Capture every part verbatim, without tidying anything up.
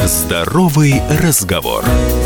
Здоровый разговор.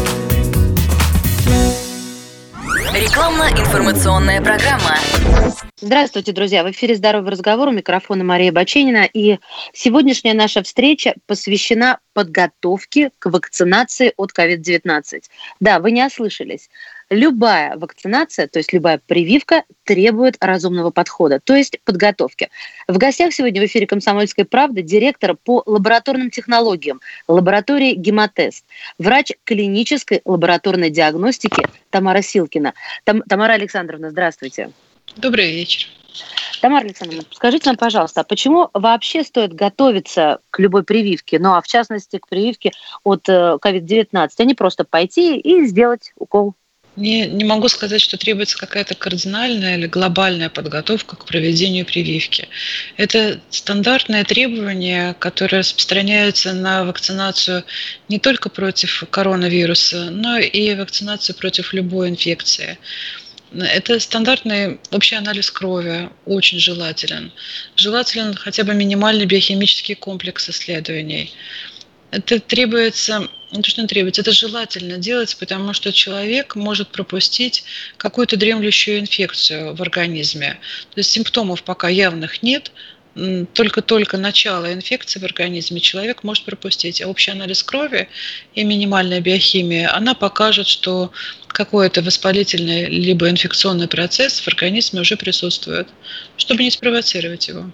Рекламно-информационная программа. Здравствуйте, друзья! В эфире «Здоровый разговор», у микрофона Мария Баченина. И сегодняшняя наша встреча посвящена подготовке к вакцинации от ковид девятнадцать. Да, вы не ослышались. Любая вакцинация, то есть любая прививка, требует разумного подхода, то есть подготовки. В гостях сегодня в эфире «Комсомольской правды» директор по лабораторным технологиям лаборатории «Гемотест», врач клинической лабораторной диагностики Тамара Силкина. Там, Тамара Александровна, здравствуйте. Добрый вечер. Тамара Александровна, скажите нам, пожалуйста, а почему вообще стоит готовиться к любой прививке, ну а в частности к прививке от ковид девятнадцать, а не просто пойти и сделать укол? Не, не могу сказать, что требуется какая-то кардинальная или глобальная подготовка к проведению прививки. Это стандартные требования, которые распространяются на вакцинацию не только против коронавируса, но и вакцинацию против любой инфекции. Это стандартный общий анализ крови, очень желателен. Желателен хотя бы минимальный биохимический комплекс исследований. Это требуется, не то, что не требуется, это желательно делать, потому что человек может пропустить какую-то дремлющую инфекцию в организме. То есть симптомов пока явных нет, только-только начало инфекции в организме человек может пропустить. А общий анализ крови и минимальная биохимия, она покажет, что какой-то воспалительный либо инфекционный процесс в организме уже присутствует, чтобы не спровоцировать его.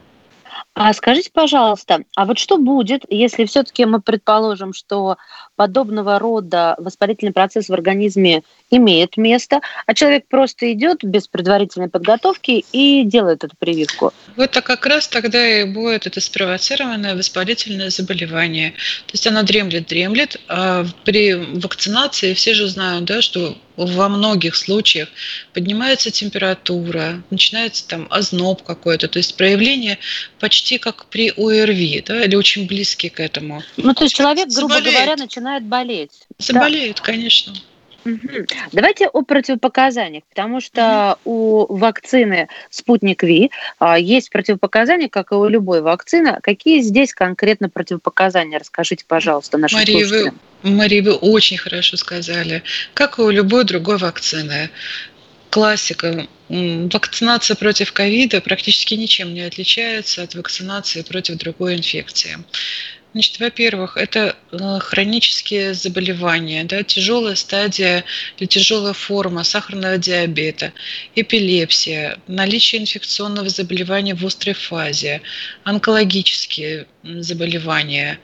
А скажите, пожалуйста, а вот что будет, если все-таки мы предположим, что подобного рода воспалительный процесс в организме имеет место, а человек просто идет без предварительной подготовки и делает эту прививку? Вот так как раз тогда и будет это спровоцированное воспалительное заболевание. То есть оно дремлет-дремлет, а при вакцинации все же знают, да, что во многих случаях поднимается температура, начинается там озноб какой-то, то есть проявление почти как при ОРВИ, да, или очень близкий к этому. Ну, то есть человек, грубо Заболеет. говоря, начинает болеть. Заболеет, да. Конечно. Угу. Давайте о противопоказаниях, потому что угу. у вакцины «Спутник Ви» есть противопоказания, как и у любой вакцины. Какие здесь конкретно противопоказания? Расскажите, пожалуйста, нашим Мария, слушателям. Вы, Мария, вы очень хорошо сказали. Как и у любой другой вакцины. Классика. Вакцинация против ковида практически ничем не отличается от вакцинации против другой инфекции. Значит, во-первых, это хронические заболевания, да, тяжелая стадия или тяжелая форма сахарного диабета, эпилепсия, наличие инфекционного заболевания в острой фазе, онкологические заболевания,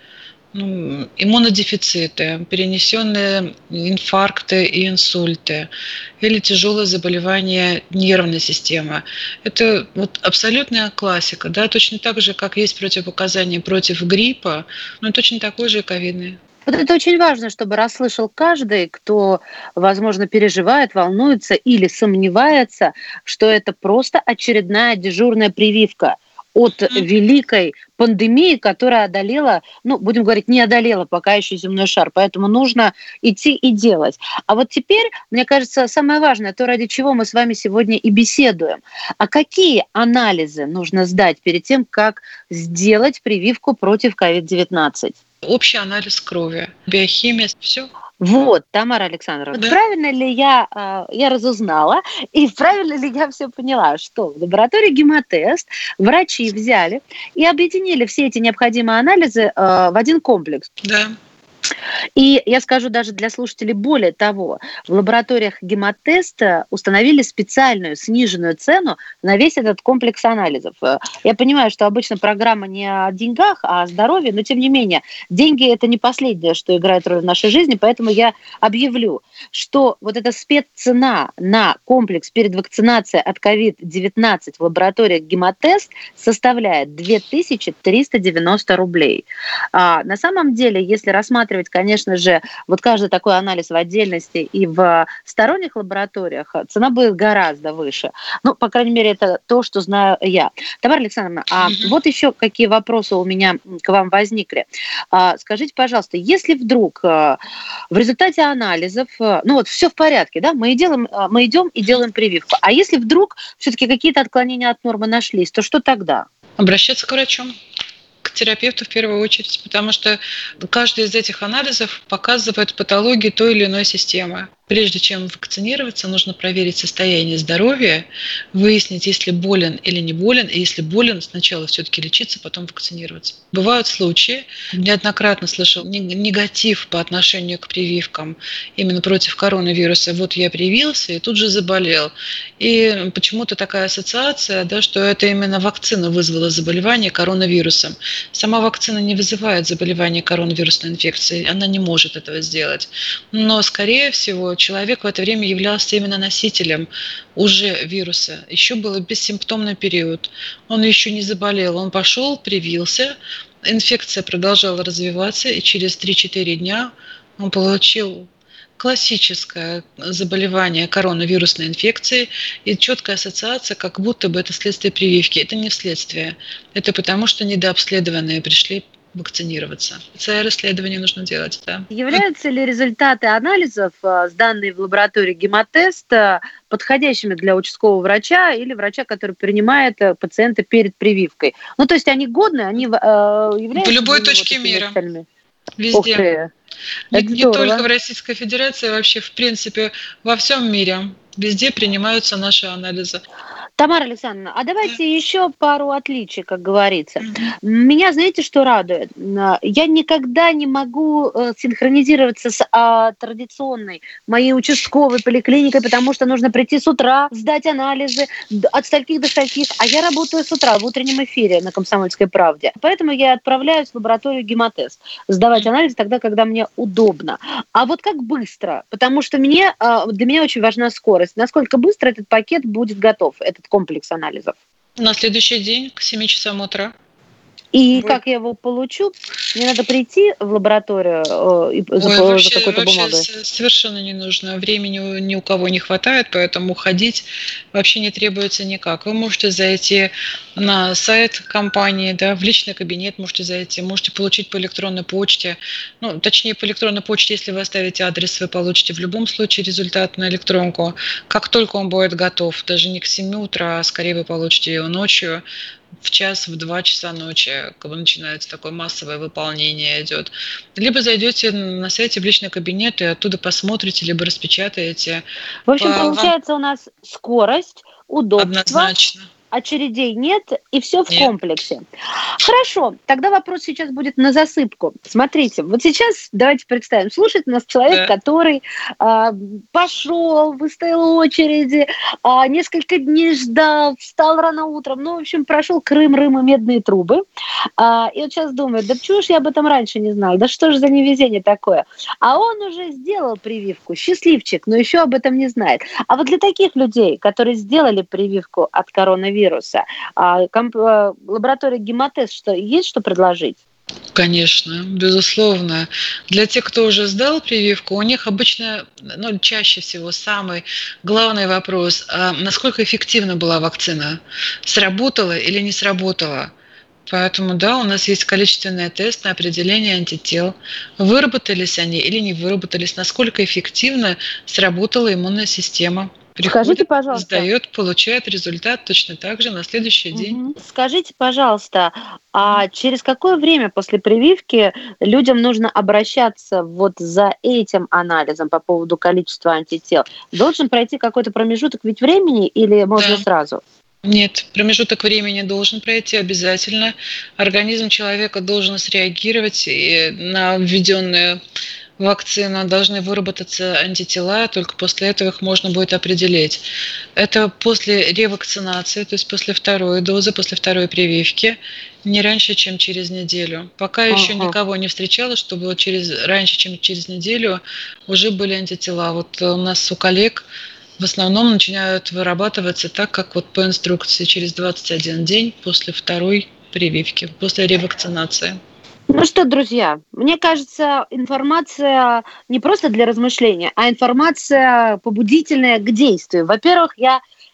ну, иммунодефициты, перенесенные инфаркты и инсульты или тяжелое заболевание нервной системы. Это вот абсолютная классика, да, точно так же, как есть противопоказания против гриппа, но точно такой же и ковидный. Вот это очень важно, чтобы расслышал каждый, кто, возможно, переживает, волнуется или сомневается, что это просто очередная дежурная прививка от великой пандемии, которая одолела, ну, будем говорить, не одолела пока еще земной шар, поэтому нужно идти и делать. А вот теперь, мне кажется, самое важное, то, ради чего мы с вами сегодня и беседуем. А какие анализы нужно сдать перед тем, как сделать прививку против ковид девятнадцать? Общий анализ крови, биохимия, все. Вот, Тамара Александровна, да. Правильно ли я, я разузнала, и правильно ли я все поняла, что в лаборатории «Гемотест» врачи взяли и объединили все эти необходимые анализы в один комплекс? Да. И я скажу даже для слушателей более того, в лабораториях «Гемотеста» установили специальную сниженную цену на весь этот комплекс анализов. Я понимаю, что обычно программа не о деньгах, а о здоровье, но тем не менее, деньги – это не последнее, что играет роль в нашей жизни, поэтому я объявлю, что вот эта спеццена на комплекс перед вакцинацией от ковид девятнадцать в лабораториях «Гемотест» составляет две тысячи триста девяносто рублей. А на самом деле, если рассматривать, конечно же, вот каждый такой анализ в отдельности и в сторонних лабораториях цена будет гораздо выше. Ну, по крайней мере, это то, что знаю я. Тамара Александровна, а mm-hmm. вот еще какие вопросы у меня к вам возникли. А, скажите, пожалуйста, если вдруг в результате анализов, ну вот все в порядке, да, мы, и делаем, мы идем и делаем прививку, а если вдруг все-таки какие-то отклонения от нормы нашлись, то что тогда? Обращаться к врачу. терапевту в первую очередь, потому что каждый из этих анализов показывает патологию той или иной системы. Прежде чем вакцинироваться, нужно проверить состояние здоровья, выяснить, есть ли болен или не болен, и если болен, сначала все-таки лечиться, потом вакцинироваться. Бывают случаи, неоднократно слышал негатив по отношению к прививкам именно против коронавируса. Вот я привился и тут же заболел. И почему-то такая ассоциация, да, что это именно вакцина вызвала заболевание коронавирусом. Сама вакцина не вызывает заболевание коронавирусной инфекцией, она не может этого сделать. Но, скорее всего, человек в это время являлся именно носителем уже вируса. Еще был бессимптомный период. Он еще не заболел. Он пошел, привился, инфекция продолжала развиваться, и через три-четыре дня он получил классическое заболевание коронавирусной инфекцией и четкая ассоциация, как будто бы это следствие прививки. Это не следствие. Это потому, что недообследованные пришли вакцинироваться. ПЦР-исследование нужно делать, да. Являются ли результаты анализов, сданные в лаборатории гемотест, подходящими для участкового врача или врача, который принимает пациента перед прививкой? Ну, то есть они годны, они являются... В любой точке мира. Везде. Не, не только в Российской Федерации, вообще, в принципе, во всем мире. Везде принимаются наши анализы. Тамара Александровна, а давайте да. еще пару отличий, как говорится. Меня, знаете, что радует? Я никогда не могу синхронизироваться с а, традиционной моей участковой поликлиникой, потому что нужно прийти с утра, сдать анализы от стольких до стольких. А я работаю с утра в утреннем эфире на «Комсомольской правде». Поэтому я отправляюсь в лабораторию гемотест сдавать анализ тогда, когда мне удобно. А вот как быстро? Потому что мне, для меня очень важна скорость. Насколько быстро этот пакет будет готов, этот комплекс анализов? На следующий день к семи часам утра. И Ой. как я его получу? Мне надо прийти в лабораторию э, и за, Ой, вообще, за какой-то вообще бумагой? Совершенно не нужно. Времени ни у кого не хватает, поэтому ходить вообще не требуется никак. Вы можете зайти на сайт компании, да, в личный кабинет можете зайти, можете получить по электронной почте. Ну, точнее, по электронной почте, если вы оставите адрес, вы получите в любом случае результат на электронку. Как только он будет готов, даже не к семи утра, а скорее вы получите его ночью, в час, в два часа ночи, когда начинается такое массовое выполнение идет. Либо зайдете на сайте в личный кабинет и оттуда посмотрите, либо распечатаете. В общем, По... получается у нас скорость, удобство. Однозначно. Очередей нет, и все в нет. комплексе. Хорошо, тогда вопрос сейчас будет на засыпку. Смотрите, вот сейчас давайте представим, слушает нас человек, да. который э, пошел, выстоял очереди, э, несколько дней ждал, встал рано утром, ну, в общем, прошел Крым, Рым и медные трубы. Э, и вот сейчас думает, да почему ж я об этом раньше не знал, да что же за невезение такое? А он уже сделал прививку, счастливчик, но еще об этом не знает. А вот для таких людей, которые сделали прививку от коронавируса, вируса. А, комп, лаборатория гемотест, что есть что предложить? Конечно, безусловно. Для тех, кто уже сдал прививку, у них обычно, ну, чаще всего самый главный вопрос, а насколько эффективна была вакцина? Сработала или не сработала? Поэтому, да, у нас есть количественный тест на определение антител. Выработались они или не выработались? Насколько эффективно сработала иммунная система? Приходит, Скажите, пожалуйста, сдает, получает результат точно так же на следующий угу. день. Скажите, пожалуйста, а через какое время после прививки людям нужно обращаться вот за этим анализом по поводу количества антител? Должен пройти какой-то промежуток ведь времени или можно да. сразу? Нет, промежуток времени должен пройти обязательно. Организм человека должен среагировать на введенную вакцина, должны выработаться антитела, только после этого их можно будет определить. Это после ревакцинации, то есть после второй дозы, после второй прививки, не раньше, чем через неделю. Пока ага. еще никого не встречала, чтобы через, раньше, чем через неделю уже были антитела. Вот у нас у коллег в основном начинают вырабатываться так, как вот по инструкции, через двадцать один день после второй прививки, после ревакцинации. Ну что, друзья, мне кажется, информация не просто для размышления, а информация побудительная к действию. Во-первых, я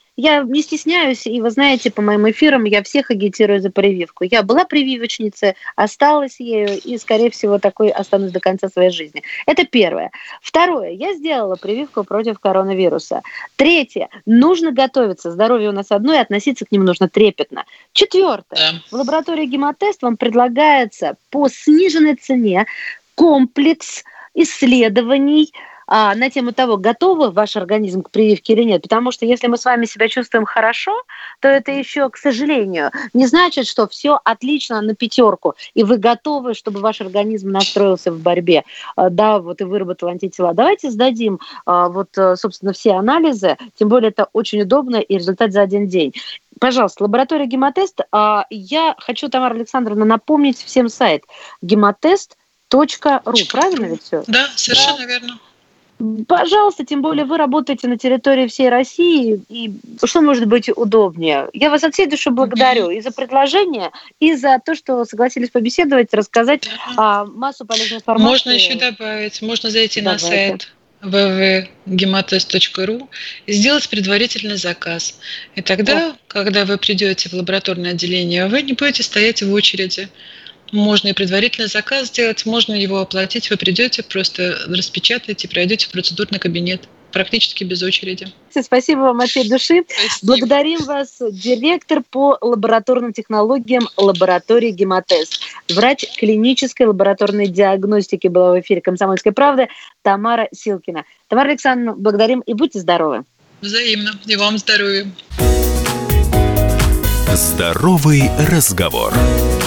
Я не стесняюсь, и вы знаете, по моим эфирам я всех агитирую за прививку. Я была прививочницей, осталась ею и, скорее всего, такой останусь до конца своей жизни. Это первое. Второе. Я сделала прививку против коронавируса. Третье. Нужно готовиться. Здоровье у нас одно, и относиться к нему нужно трепетно. Четвертое. Да. В лаборатории Гемотест вам предлагается по сниженной цене комплекс исследований а, на тему того, готовы ваш организм к прививке или нет. Потому что если мы с вами себя чувствуем хорошо, то это еще, к сожалению, не значит, что все отлично на пятерку, и вы готовы, чтобы ваш организм настроился в борьбе, а, да, вот и выработал антитела. Давайте сдадим а, вот, собственно, все анализы, тем более это очень удобно, и результат за один день. Пожалуйста, лаборатория Гемотест. А, я хочу, Тамара Александровна, напомнить всем сайт гемотест точка ру. Правильно ведь все? Да, совершенно Да. верно. Пожалуйста, тем более вы работаете на территории всей России, и что может быть удобнее? Я вас от всей души благодарю и за предложение, и за то, что согласились побеседовать, рассказать Да. а, массу полезной информации. Можно еще добавить, можно зайти Давайте. на сайт дабл ю дабл ю дабл ю точка гемотест точка ру и сделать предварительный заказ. И тогда, О. когда вы придете в лабораторное отделение, вы не будете стоять в очереди. Можно и предварительный заказ сделать, можно его оплатить. Вы придете, просто распечатаете, пройдете в процедурный кабинет. Практически без очереди. Спасибо вам от всей души. Спасибо. Благодарим вас, директор по лабораторным технологиям лаборатории Гемотест. Врач клинической лабораторной диагностики была в эфире «Комсомольской правды» Тамара Силкина. Тамара Александровна, благодарим и будьте здоровы. Взаимно. И вам здоровья. Здоровый разговор.